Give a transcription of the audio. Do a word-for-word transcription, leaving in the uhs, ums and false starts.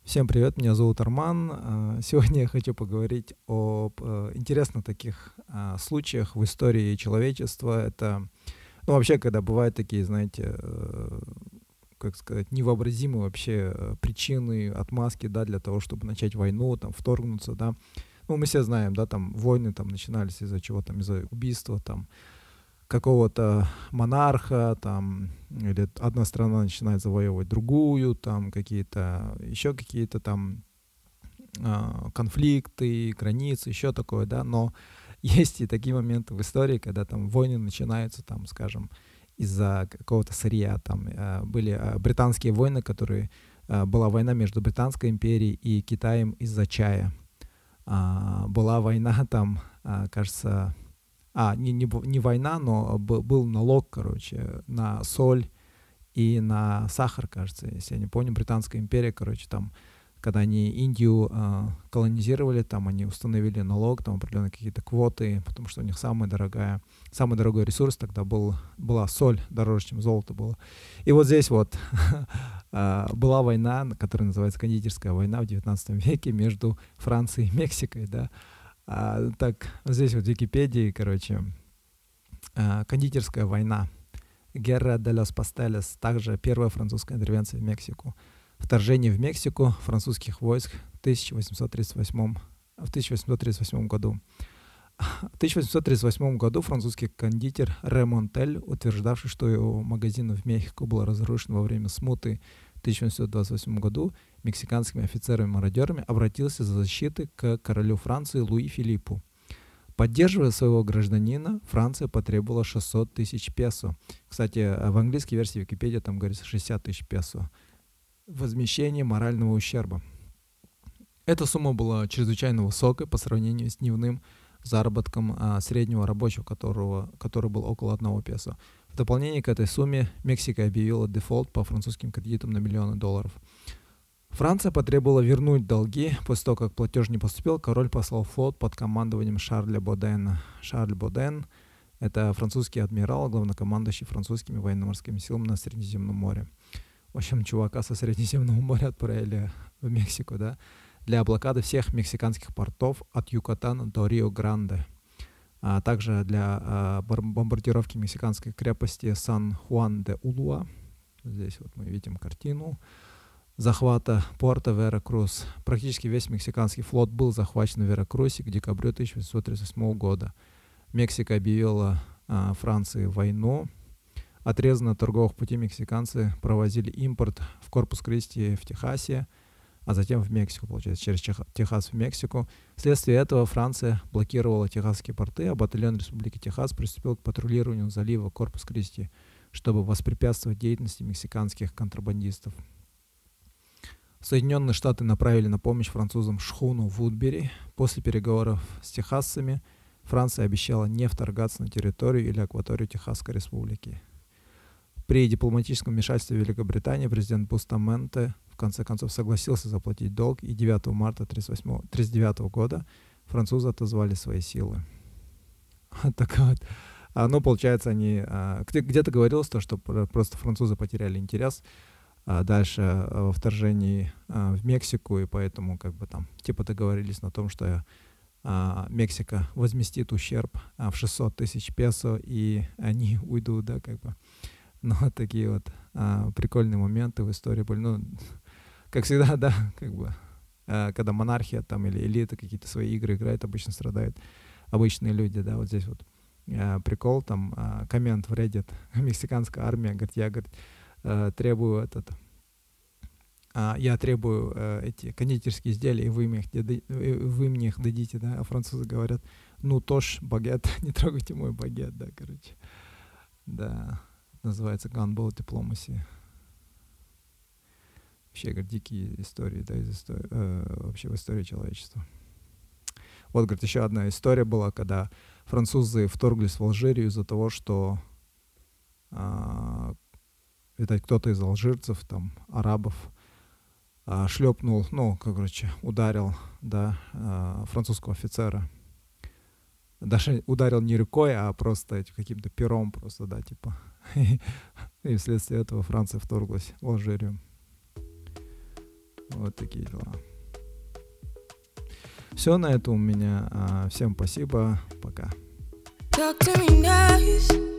Всем привет, меня зовут Арман. А, Сегодня я хочу поговорить об э, интересных таких а, случаях в истории человечества. Это, ну, вообще, когда бывают такие, знаете, э, как сказать, невообразимые вообще э, причины, отмазки, да, для того, чтобы начать войну, там, вторгнуться, да. Ну, мы все знаем, да, там, войны там начинались из-за чего, там, из-за убийства, там, какого-то монарха, там, или одна страна начинает завоевывать другую, там, какие-то, еще какие-то там а, конфликты, границы, еще такое, да, но есть и такие моменты в истории, когда там войны начинаются, там, скажем, из-за какого-то сырья, там а, были а, британские войны, которые а, была война между Британской империей и Китаем из-за чая. А, была война там, а, кажется, а, не, не, бу- не война, но был, был налог, короче, на соль и на сахар, кажется, если я не помню, Британская империя, короче, там, когда они Индию э, колонизировали, там они установили налог, там определенные какие-то квоты, потому что у них самая дорогая, самый дорогой ресурс тогда был, была соль, дороже, чем золото было. И вот здесь вот э, была война, которая называется кондитерская война в девятнадцатом веке между Францией и Мексикой, да. А, так, здесь вот в Википедии, короче, э, кондитерская война, Guerra de los Pasteles, также первая французская интервенция в Мексику. Вторжение в Мексику французских войск в тысяча восемьсот тридцать восьмом, в тысяча восемьсот тридцать восьмом году. В тысяча восемьсот тридцать восьмом году французский кондитер Ремонтель, утверждавший, что его магазин в Мехико был разрушен во время смуты в тысяча восемьсот двадцать восьмом году мексиканскими офицерами-мародерами, обратился за защитой к королю Франции Луи Филиппу. Поддерживая своего гражданина, Франция потребовала шестьсот тысяч песо. Кстати, в английской версии Википедии там говорится шестьдесят тысяч песо. Возмещение морального ущерба. Эта сумма была чрезвычайно высокой по сравнению с дневным заработком а, среднего рабочего, которого, который был около одного песо. В дополнение к этой сумме Мексика объявила дефолт по французским кредитам на миллионы долларов. Франция потребовала вернуть долги. После того, как платеж не поступил, король послал флот под командованием Шарля Бодена. Шарль Боден — это французский адмирал, главнокомандующий французскими военно-морскими силами на Средиземном море. В общем, чувака со Средиземного моря отправили в Мексику, да, для блокады всех мексиканских портов от Юкатана до Рио-Гранде, а также для а, бомбардировки мексиканской крепости Сан-Хуан-де-Улуа. Здесь вот мы видим картину захвата порта Веракрус. Практически весь мексиканский флот был захвачен в Веракрусе к декабрю тысяча восемьсот тридцать восьмого года. Мексика объявила а, Франции войну. Отрезанные от торговых путей мексиканцы провозили импорт в Корпус Кристи в Техасе, а затем в Мексику, получается, через Техас в Мексику. Вследствие этого Франция блокировала техасские порты, а батальон Республики Техас приступил к патрулированию залива Корпус Кристи, чтобы воспрепятствовать деятельности мексиканских контрабандистов. Соединенные Штаты направили на помощь французам шхуну Вудбери. После переговоров с техасцами Франция обещала не вторгаться на территорию или акваторию Техасской республики. При дипломатическом вмешательстве Великобритании президент Бустаменте в конце концов согласился заплатить долг, и девятого марта тысяча девятьсот тридцать девятого года французы отозвали свои силы. Так вот. А, ну, получается, они... А, где-то говорилось то, что просто французы потеряли интерес а, дальше а, во вторжении а, в Мексику, и поэтому как бы там типа договорились на том, что а, Мексика возместит ущерб а, в шестьсот тысяч песо, и они уйдут, да, как бы. Ну, вот такие вот а, прикольные моменты в истории были. Ну, как всегда, да, как бы, а, когда монархия там или элита какие-то свои игры играет, обычно страдают обычные люди, да, вот здесь вот а, прикол, там, а, коммент в Reddit, мексиканская армия, говорит, я, говорит, а, требую этот, а, я требую а, эти кондитерские изделия, и вы мне, их, вы мне их дадите, да, а французы говорят, ну, тоже багет, не трогайте мой багет, да, короче, да. Называется Gunboat Diplomacy. Вообще, говорит, дикие истории, да, из истории, э, вообще в истории человечества. Вот, говорит, еще одна история была, когда французы вторглись в Алжирию из-за того, что э, видать, кто-то из алжирцев, там, арабов, э, шлепнул, ну, короче, ударил, да, э, французского офицера. Даже ударил не рукой, а просто каким-то пером, просто, да, типа. И вследствие этого Франция вторглась в Алжирию. Вот такие дела. Все на это у меня. Всем спасибо. Пока. Talk to me nice.